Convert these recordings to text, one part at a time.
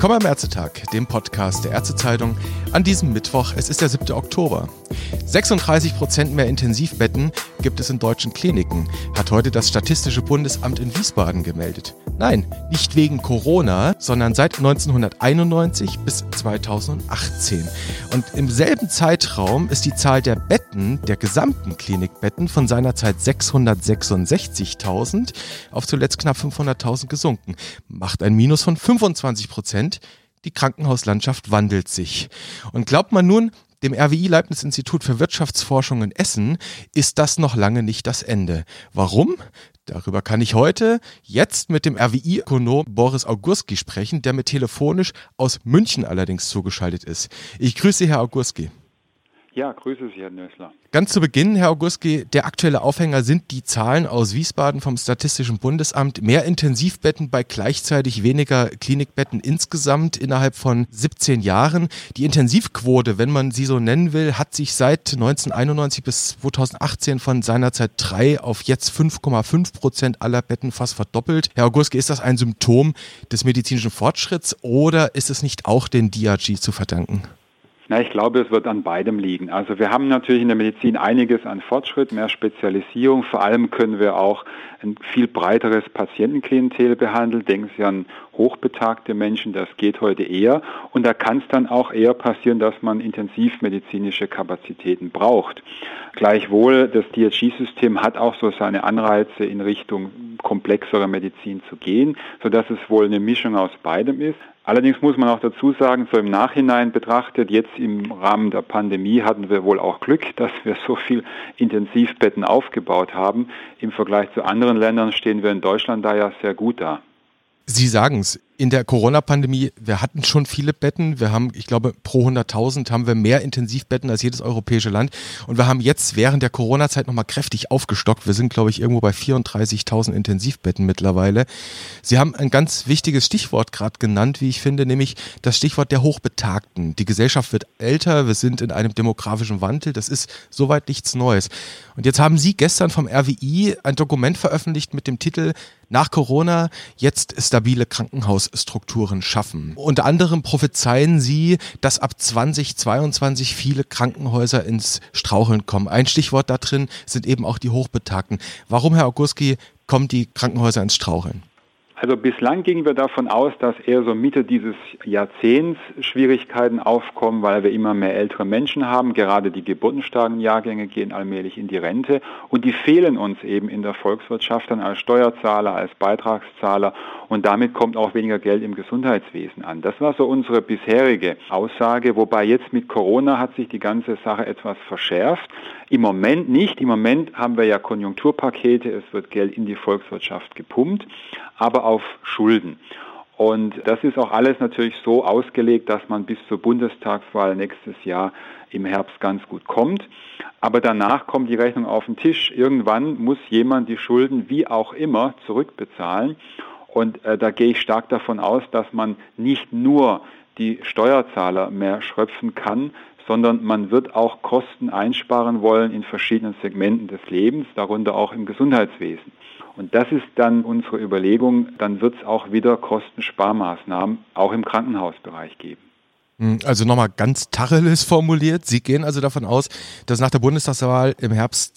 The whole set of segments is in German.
Willkommen am Ärztetag, dem Podcast der Ärztezeitung an diesem Mittwoch. Es ist der 7. Oktober. 36% mehr Intensivbetten gibt es in deutschen Kliniken, hat heute das Statistische Bundesamt in Wiesbaden gemeldet. Nein, nicht wegen Corona, sondern seit 1991 bis 2018. Und im selben Zeitraum ist die Zahl der Betten, der gesamten Klinikbetten, von seinerzeit 666.000 auf zuletzt knapp 500.000 gesunken. Macht ein Minus von 25%. Die Krankenhauslandschaft wandelt sich. Und glaubt man nun dem RWI-Leibniz-Institut für Wirtschaftsforschung in Essen, ist das noch lange nicht das Ende. Warum? Darüber kann ich jetzt mit dem RWI-Ökonom Boris Augurski sprechen, der mir telefonisch aus München allerdings zugeschaltet ist. Ich grüße Sie, Herr Augurski. Ja, grüße Sie, Herr Nössler. Ganz zu Beginn, Herr Augurski, der aktuelle Aufhänger sind die Zahlen aus Wiesbaden vom Statistischen Bundesamt. Mehr Intensivbetten bei gleichzeitig weniger Klinikbetten insgesamt innerhalb von 17 Jahren. Die Intensivquote, wenn man sie so nennen will, hat sich seit 1991 bis 2018 von seinerzeit 3 auf jetzt 5,5% aller Betten fast verdoppelt. Herr Augurski, ist das ein Symptom des medizinischen Fortschritts oder ist es nicht auch den DRG zu verdanken? Na, ich glaube, es wird an beidem liegen. Also wir haben natürlich in der Medizin einiges an Fortschritt, mehr Spezialisierung. Vor allem können wir auch ein viel breiteres Patientenklientel behandeln. Denken Sie an hochbetagte Menschen, das geht heute eher. Und da kann es dann auch eher passieren, dass man intensivmedizinische Kapazitäten braucht. Gleichwohl, das DRG-System hat auch so seine Anreize in Richtung komplexere Medizin zu gehen, sodass es wohl eine Mischung aus beidem ist. Allerdings muss man auch dazu sagen, so im Nachhinein betrachtet, jetzt im Rahmen der Pandemie hatten wir wohl auch Glück, dass wir so viel Intensivbetten aufgebaut haben. Im Vergleich zu anderen Ländern stehen wir in Deutschland da ja sehr gut da. Sie sagen es, in der Corona-Pandemie, wir hatten schon viele Betten. Wir haben, ich glaube, pro 100.000 haben wir mehr Intensivbetten als jedes europäische Land. Und wir haben jetzt während der Corona-Zeit nochmal kräftig aufgestockt. Wir sind, glaube ich, irgendwo bei 34.000 Intensivbetten mittlerweile. Sie haben ein ganz wichtiges Stichwort gerade genannt, wie ich finde, nämlich das Stichwort der Hochbetagten. Die Gesellschaft wird älter, wir sind in einem demografischen Wandel. Das ist soweit nichts Neues. Und jetzt haben Sie gestern vom RWI ein Dokument veröffentlicht mit dem Titel „Nach Corona jetzt stabile Krankenhausstrukturen schaffen“. Unter anderem prophezeien Sie, dass ab 2022 viele Krankenhäuser ins Straucheln kommen. Ein Stichwort da drin sind eben auch die Hochbetagten. Warum, Herr Augurski, kommen die Krankenhäuser ins Straucheln? Also bislang gingen wir davon aus, dass eher so Mitte dieses Jahrzehnts Schwierigkeiten aufkommen, weil wir immer mehr ältere Menschen haben. Gerade die geburtenstarken Jahrgänge gehen allmählich in die Rente und die fehlen uns eben in der Volkswirtschaft dann als Steuerzahler, als Beitragszahler und damit kommt auch weniger Geld im Gesundheitswesen an. Das war so unsere bisherige Aussage, wobei jetzt mit Corona hat sich die ganze Sache etwas verschärft. Im Moment nicht. Im Moment haben wir ja Konjunkturpakete, es wird Geld in die Volkswirtschaft gepumpt, aber auf Schulden. Und das ist auch alles natürlich so ausgelegt, dass man bis zur Bundestagswahl nächstes Jahr im Herbst ganz gut kommt. Aber danach kommt die Rechnung auf den Tisch. Irgendwann muss jemand die Schulden wie auch immer zurückbezahlen. Und da gehe ich stark davon aus, dass man nicht nur die Steuerzahler mehr schröpfen kann, sondern man wird auch Kosten einsparen wollen in verschiedenen Segmenten des Lebens, darunter auch im Gesundheitswesen. Und das ist dann unsere Überlegung, dann wird es auch wieder Kostensparmaßnahmen auch im Krankenhausbereich geben. Also nochmal ganz Tacheles formuliert. Sie gehen also davon aus, dass nach der Bundestagswahl im Herbst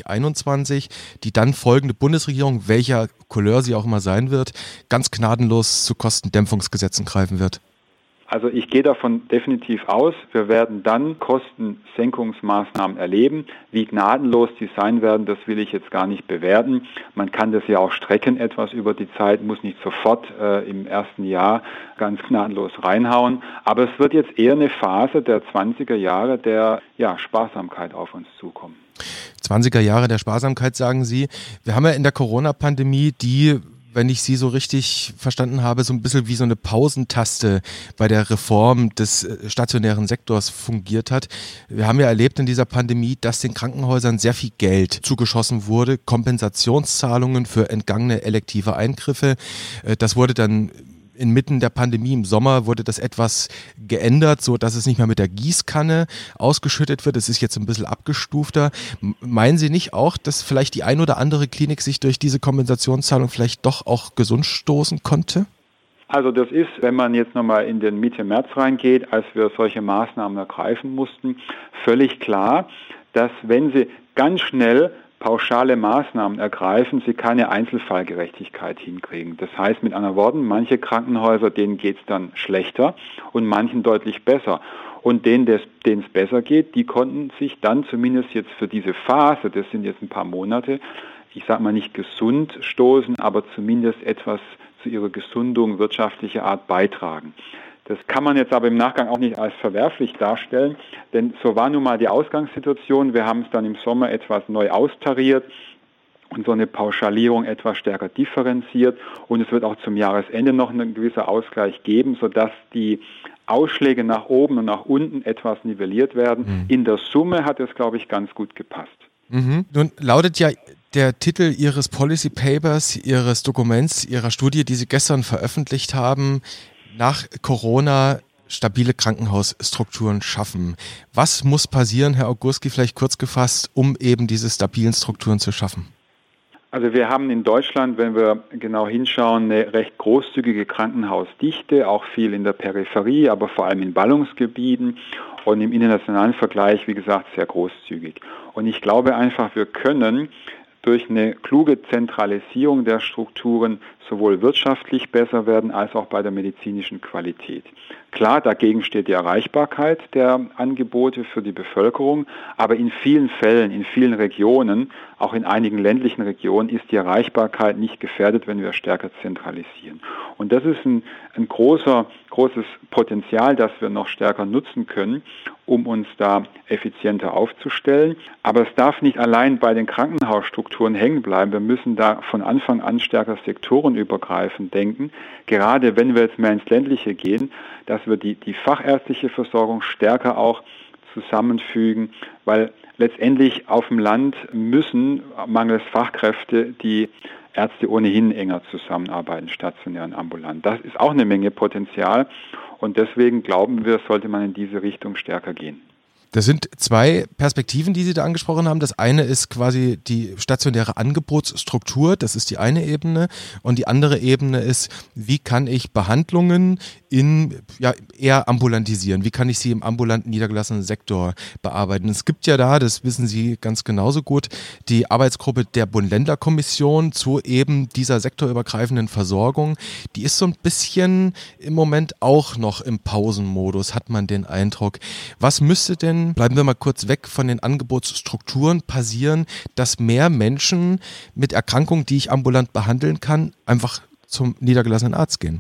2021 die dann folgende Bundesregierung, welcher Couleur sie auch immer sein wird, ganz gnadenlos zu Kostendämpfungsgesetzen greifen wird. Also ich gehe davon definitiv aus, wir werden dann Kostensenkungsmaßnahmen erleben. Wie gnadenlos die sein werden, das will ich jetzt gar nicht bewerten. Man kann das ja auch strecken etwas über die Zeit, muss nicht sofort im ersten Jahr ganz gnadenlos reinhauen. Aber es wird jetzt eher eine Phase der 20er Jahre der Sparsamkeit auf uns zukommen. 20er Jahre der Sparsamkeit, sagen Sie. Wir haben ja in der Corona-Pandemie die, wenn ich Sie so richtig verstanden habe, so ein bisschen wie so eine Pausentaste bei der Reform des stationären Sektors fungiert hat. Wir haben ja erlebt in dieser Pandemie, dass den Krankenhäusern sehr viel Geld zugeschossen wurde, Kompensationszahlungen für entgangene elektive Eingriffe. Das wurde dann inmitten der Pandemie im Sommer wurde das etwas geändert, so dass es nicht mehr mit der Gießkanne ausgeschüttet wird. Es ist jetzt ein bisschen abgestufter. Meinen Sie nicht auch, dass vielleicht die ein oder andere Klinik sich durch diese Kompensationszahlung vielleicht doch auch gesund stoßen konnte? Also das ist, wenn man jetzt nochmal in den Mitte März reingeht, als wir solche Maßnahmen ergreifen mussten, völlig klar, dass wenn Sie ganz schnell pauschale Maßnahmen ergreifen, Sie keine Einzelfallgerechtigkeit hinkriegen. Das heißt mit anderen Worten, manche Krankenhäuser, denen geht es dann schlechter und manchen deutlich besser. Und denen es besser geht, die konnten sich dann zumindest jetzt für diese Phase, das sind jetzt ein paar Monate, ich sage mal nicht gesund stoßen, aber zumindest etwas zu ihrer Gesundung wirtschaftlicher Art beitragen. Das kann man jetzt aber im Nachgang auch nicht als verwerflich darstellen, denn so war nun mal die Ausgangssituation. Wir haben es dann im Sommer etwas neu austariert und so eine Pauschalierung etwas stärker differenziert und es wird auch zum Jahresende noch ein gewisser Ausgleich geben, sodass die Ausschläge nach oben und nach unten etwas nivelliert werden. In der Summe hat es, glaube ich, ganz gut gepasst. Nun lautet ja der Titel Ihres Policy Papers, Ihres Dokuments, Ihrer Studie, die Sie gestern veröffentlicht haben, nach Corona stabile Krankenhausstrukturen schaffen. Was muss passieren, Herr Ogurski, vielleicht kurz gefasst, um eben diese stabilen Strukturen zu schaffen? Also wir haben in Deutschland, wenn wir genau hinschauen, eine recht großzügige Krankenhausdichte, auch viel in der Peripherie, aber vor allem in Ballungsgebieten und im internationalen Vergleich, wie gesagt, sehr großzügig. Und ich glaube einfach, wir können durch eine kluge Zentralisierung der Strukturen sowohl wirtschaftlich besser werden als auch bei der medizinischen Qualität. Klar, dagegen steht die Erreichbarkeit der Angebote für die Bevölkerung, aber in vielen Fällen, in vielen Regionen, auch in einigen ländlichen Regionen, ist die Erreichbarkeit nicht gefährdet, wenn wir stärker zentralisieren. Und das ist ein großes Potenzial, das wir noch stärker nutzen können, um uns da effizienter aufzustellen. Aber es darf nicht allein bei den Krankenhausstrukturen hängen bleiben. Wir müssen da von Anfang an stärker sektorenübergreifend denken. Gerade wenn wir jetzt mehr ins Ländliche gehen, dass wir die fachärztliche Versorgung stärker auch zusammenfügen, weil letztendlich auf dem Land müssen mangels Fachkräfte die Ärzte ohnehin enger zusammenarbeiten, stationär und ambulant. Das ist auch eine Menge Potenzial und deswegen glauben wir, sollte man in diese Richtung stärker gehen. Das sind zwei Perspektiven, die Sie da angesprochen haben. Das eine ist quasi die stationäre Angebotsstruktur, das ist die eine Ebene. Und die andere Ebene ist, wie kann ich Behandlungen eher ambulantisieren? Wie kann ich sie im ambulanten niedergelassenen Sektor bearbeiten? Es gibt ja da, das wissen Sie ganz genauso gut, die Arbeitsgruppe der Bund-Länder-Kommission zu eben dieser sektorübergreifenden Versorgung. Die ist so ein bisschen im Moment auch noch im Pausenmodus, hat man den Eindruck. Was müsste denn, bleiben wir mal kurz weg von den Angebotsstrukturen, passieren, dass mehr Menschen mit Erkrankungen, die ich ambulant behandeln kann, einfach zum niedergelassenen Arzt gehen?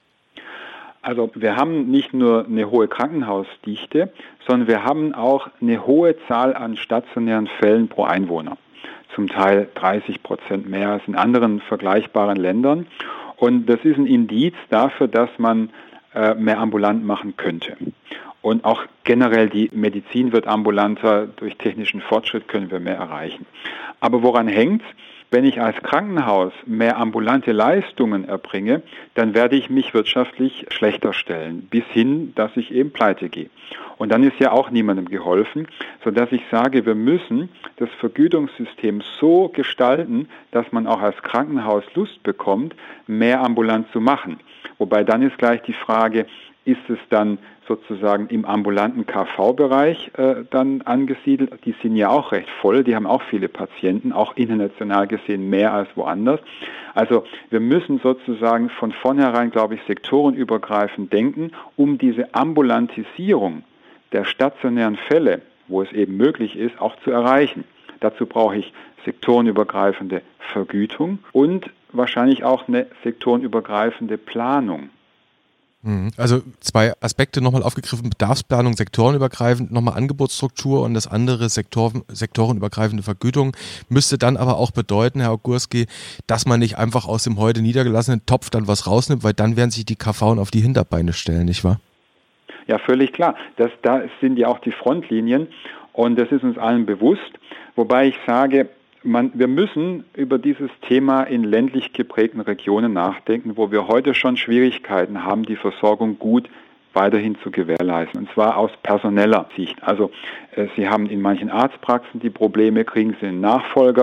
Also wir haben nicht nur eine hohe Krankenhausdichte, sondern wir haben auch eine hohe Zahl an stationären Fällen pro Einwohner. Zum Teil 30% mehr als in anderen vergleichbaren Ländern. Und das ist ein Indiz dafür, dass man mehr ambulant machen könnte. Und auch generell die Medizin wird ambulanter, durch technischen Fortschritt können wir mehr erreichen. Aber woran hängt's? Wenn ich als Krankenhaus mehr ambulante Leistungen erbringe, dann werde ich mich wirtschaftlich schlechter stellen, bis hin, dass ich eben pleite gehe. Und dann ist ja auch niemandem geholfen, sodass ich sage, wir müssen das Vergütungssystem so gestalten, dass man auch als Krankenhaus Lust bekommt, mehr ambulant zu machen. Wobei dann ist gleich die Frage, ist es dann sozusagen im ambulanten KV-Bereich dann angesiedelt? Die sind ja auch recht voll, die haben auch viele Patienten, auch international gesehen mehr als woanders. Also wir müssen sozusagen von vornherein, glaube ich, sektorenübergreifend denken, um diese Ambulantisierung der stationären Fälle, wo es eben möglich ist, auch zu erreichen. Dazu brauche ich sektorenübergreifende Vergütung und wahrscheinlich auch eine sektorenübergreifende Planung. Also zwei Aspekte nochmal aufgegriffen, Bedarfsplanung, sektorenübergreifend, nochmal Angebotsstruktur und das andere sektorenübergreifende Vergütung, müsste dann aber auch bedeuten, Herr Ogurski, dass man nicht einfach aus dem heute niedergelassenen Topf dann was rausnimmt, weil dann werden sich die KVen auf die Hinterbeine stellen, nicht wahr? Ja, völlig klar. Da sind ja auch die Frontlinien und das ist uns allen bewusst, wobei ich sage, wir müssen über dieses Thema in ländlich geprägten Regionen nachdenken, wo wir heute schon Schwierigkeiten haben, die Versorgung gut weiterhin zu gewährleisten. Und zwar aus personeller Sicht. Also Sie haben in manchen Arztpraxen die Probleme, kriegen Sie einen Nachfolger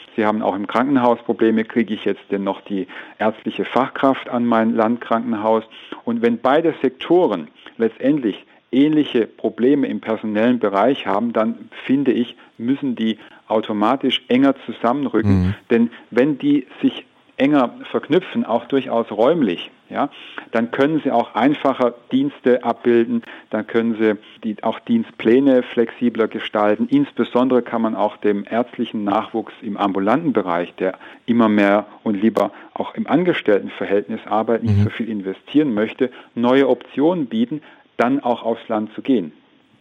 Sie haben auch im Krankenhaus Probleme, kriege ich jetzt denn noch die ärztliche Fachkraft an mein Landkrankenhaus? Und wenn beide Sektoren letztendlich ähnliche Probleme im personellen Bereich haben, dann finde ich, müssen die automatisch enger zusammenrücken. Denn wenn die sich enger verknüpfen, auch durchaus räumlich, ja, dann können sie auch einfacher Dienste abbilden, dann können sie auch Dienstpläne flexibler gestalten. Insbesondere kann man auch dem ärztlichen Nachwuchs im ambulanten Bereich, der immer mehr und lieber auch im Angestelltenverhältnis arbeitet, nicht so viel investieren möchte, neue Optionen bieten, dann auch aufs Land zu gehen.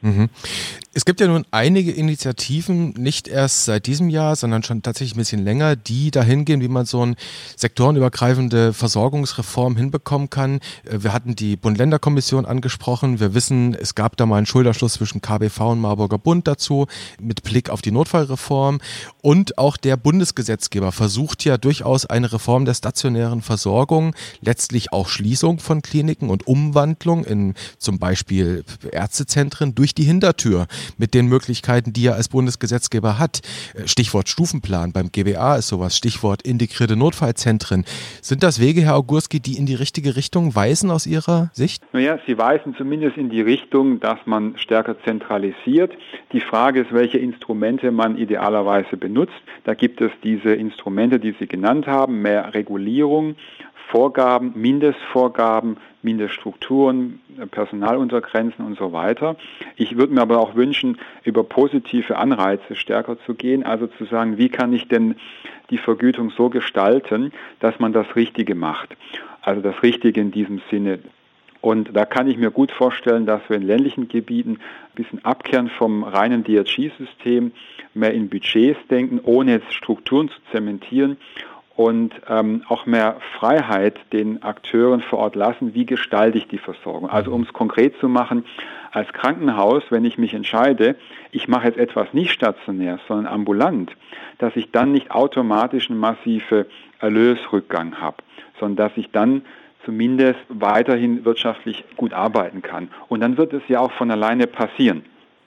Es gibt ja nun einige Initiativen, nicht erst seit diesem Jahr, sondern schon tatsächlich ein bisschen länger, die dahin gehen, wie man so eine sektorenübergreifende Versorgungsreform hinbekommen kann. Wir hatten die Bund-Länder-Kommission angesprochen. Wir wissen, es gab da mal einen Schulterschluss zwischen KBV und Marburger Bund dazu, mit Blick auf die Notfallreform. Und auch der Bundesgesetzgeber versucht ja durchaus eine Reform der stationären Versorgung, letztlich auch Schließung von Kliniken und Umwandlung in zum Beispiel Ärztezentren durch die Hintertür mit den Möglichkeiten, die er als Bundesgesetzgeber hat. Stichwort Stufenplan beim GBA ist sowas, Stichwort integrierte Notfallzentren. Sind das Wege, Herr Augurski, die in die richtige Richtung weisen aus Ihrer Sicht? Naja, sie weisen zumindest in die Richtung, dass man stärker zentralisiert. Die Frage ist, welche Instrumente man idealerweise benutzt. Da gibt es diese Instrumente, die Sie genannt haben, mehr Regulierung, Vorgaben, Mindestvorgaben, Mindeststrukturen, Personaluntergrenzen und so weiter. Ich würde mir aber auch wünschen, über positive Anreize stärker zu gehen, also zu sagen, wie kann ich denn die Vergütung so gestalten, dass man das Richtige macht. Also das Richtige in diesem Sinne. Und da kann ich mir gut vorstellen, dass wir in ländlichen Gebieten ein bisschen abkehren vom reinen DRG-System, mehr in Budgets denken, ohne jetzt Strukturen zu zementieren, und auch mehr Freiheit den Akteuren vor Ort lassen, wie gestalte ich die Versorgung. Also um es konkret zu machen, als Krankenhaus, wenn ich mich entscheide, ich mache jetzt etwas nicht stationär, sondern ambulant, dass ich dann nicht automatisch einen massiven Erlösrückgang habe, sondern dass ich dann zumindest weiterhin wirtschaftlich gut arbeiten kann. Und dann wird es ja auch von alleine passieren.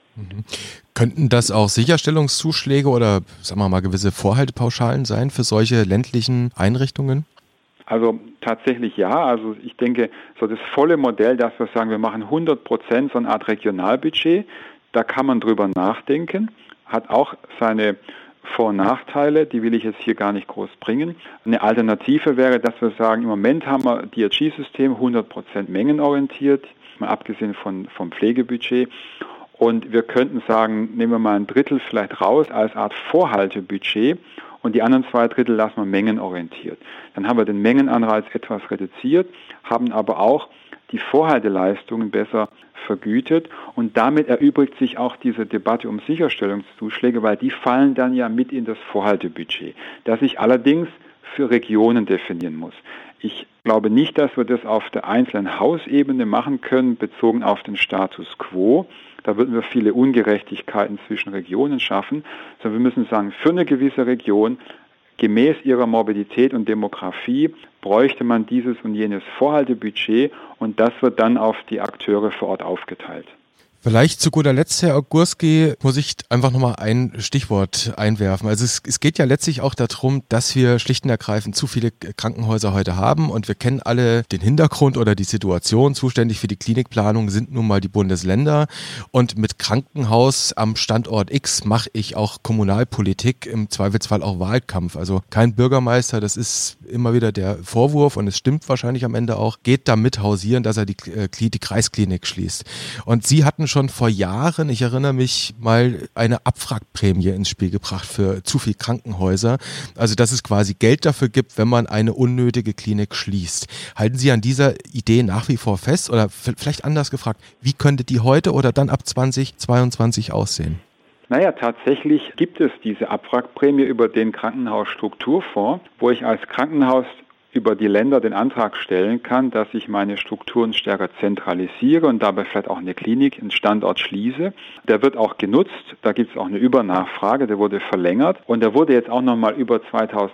Könnten das auch Sicherstellungszuschläge oder, sagen wir mal, gewisse Vorhaltepauschalen sein für solche ländlichen Einrichtungen? Also tatsächlich ja. Also ich denke, so das volle Modell, dass wir sagen, wir machen 100% so eine Art Regionalbudget, da kann man drüber nachdenken, hat auch seine Vor- und Nachteile, die will ich jetzt hier gar nicht groß bringen. Eine Alternative wäre, dass wir sagen, im Moment haben wir DRG-System 100% mengenorientiert, mal abgesehen vom Pflegebudget. Und wir könnten sagen, nehmen wir mal ein Drittel vielleicht raus als Art Vorhaltebudget und die anderen 2 Drittel lassen wir mengenorientiert. Dann haben wir den Mengenanreiz etwas reduziert, haben aber auch die Vorhalteleistungen besser vergütet und damit erübrigt sich auch diese Debatte um Sicherstellungszuschläge, weil die fallen dann ja mit in das Vorhaltebudget, das ich allerdings für Regionen definieren muss. Ich glaube nicht, dass wir das auf der einzelnen Hausebene machen können, bezogen auf den Status quo. Da würden wir viele Ungerechtigkeiten zwischen Regionen schaffen, sondern wir müssen sagen, für eine gewisse Region, gemäß ihrer Morbidität und Demografie, bräuchte man dieses und jenes Vorhaltebudget und das wird dann auf die Akteure vor Ort aufgeteilt. Vielleicht zu guter Letzt, Herr Augurski, muss ich einfach nochmal ein Stichwort einwerfen. Also es geht ja letztlich auch darum, dass wir schlicht und ergreifend zu viele Krankenhäuser heute haben und wir kennen alle den Hintergrund oder die Situation. Zuständig für die Klinikplanung sind nun mal die Bundesländer und mit Krankenhaus am Standort X mache ich auch Kommunalpolitik, im Zweifelsfall auch Wahlkampf. Also kein Bürgermeister, das ist immer wieder der Vorwurf und es stimmt wahrscheinlich am Ende auch, geht damit hausieren, dass er die Kreisklinik schließt. Und Sie hatten schon vor Jahren, ich erinnere mich, mal eine Abwrackprämie ins Spiel gebracht für zu viel Krankenhäuser. Also dass es quasi Geld dafür gibt, wenn man eine unnötige Klinik schließt. Halten Sie an dieser Idee nach wie vor fest oder vielleicht anders gefragt, wie könnte die heute oder dann ab 2022 aussehen? Naja, tatsächlich gibt es diese Abwrackprämie über den Krankenhausstrukturfonds, wo ich als Krankenhaus über die Länder den Antrag stellen kann, dass ich meine Strukturen stärker zentralisiere und dabei vielleicht auch eine Klinik, einen Standort schließe. Der wird auch genutzt, da gibt es auch eine Übernachfrage, der wurde verlängert und der wurde jetzt auch nochmal über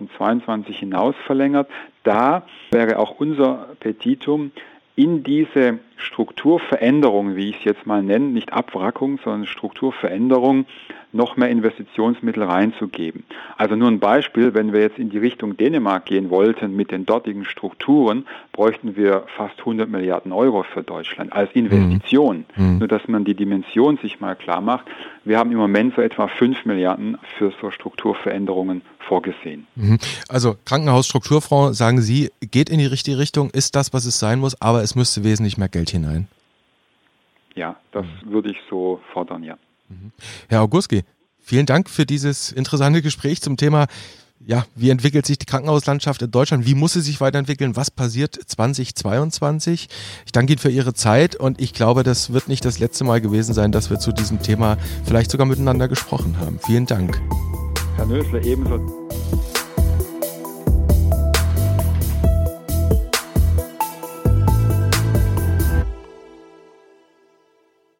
2022 hinaus verlängert. Da wäre auch unser Petitum, in diese Strukturveränderung, wie ich es jetzt mal nenne, nicht Abwrackung, sondern Strukturveränderung, noch mehr Investitionsmittel reinzugeben. Also nur ein Beispiel, wenn wir jetzt in die Richtung Dänemark gehen wollten mit den dortigen Strukturen, bräuchten wir fast 100 Milliarden Euro für Deutschland als Investition. Nur dass man die Dimension sich mal klar macht. Wir haben im Moment so etwa 5 Milliarden für so Strukturveränderungen vorgesehen. Also Krankenhausstrukturfonds, sagen Sie, geht in die richtige Richtung, ist das, was es sein muss, aber es müsste wesentlich mehr Geld hinein. Ja, das würde ich so fordern, ja. Herr Augustky, vielen Dank für dieses interessante Gespräch zum Thema, ja, wie entwickelt sich die Krankenhauslandschaft in Deutschland, wie muss sie sich weiterentwickeln, was passiert 2022? Ich danke Ihnen für Ihre Zeit und ich glaube, das wird nicht das letzte Mal gewesen sein, dass wir zu diesem Thema vielleicht sogar miteinander gesprochen haben. Vielen Dank. Herr Nösler, ebenso.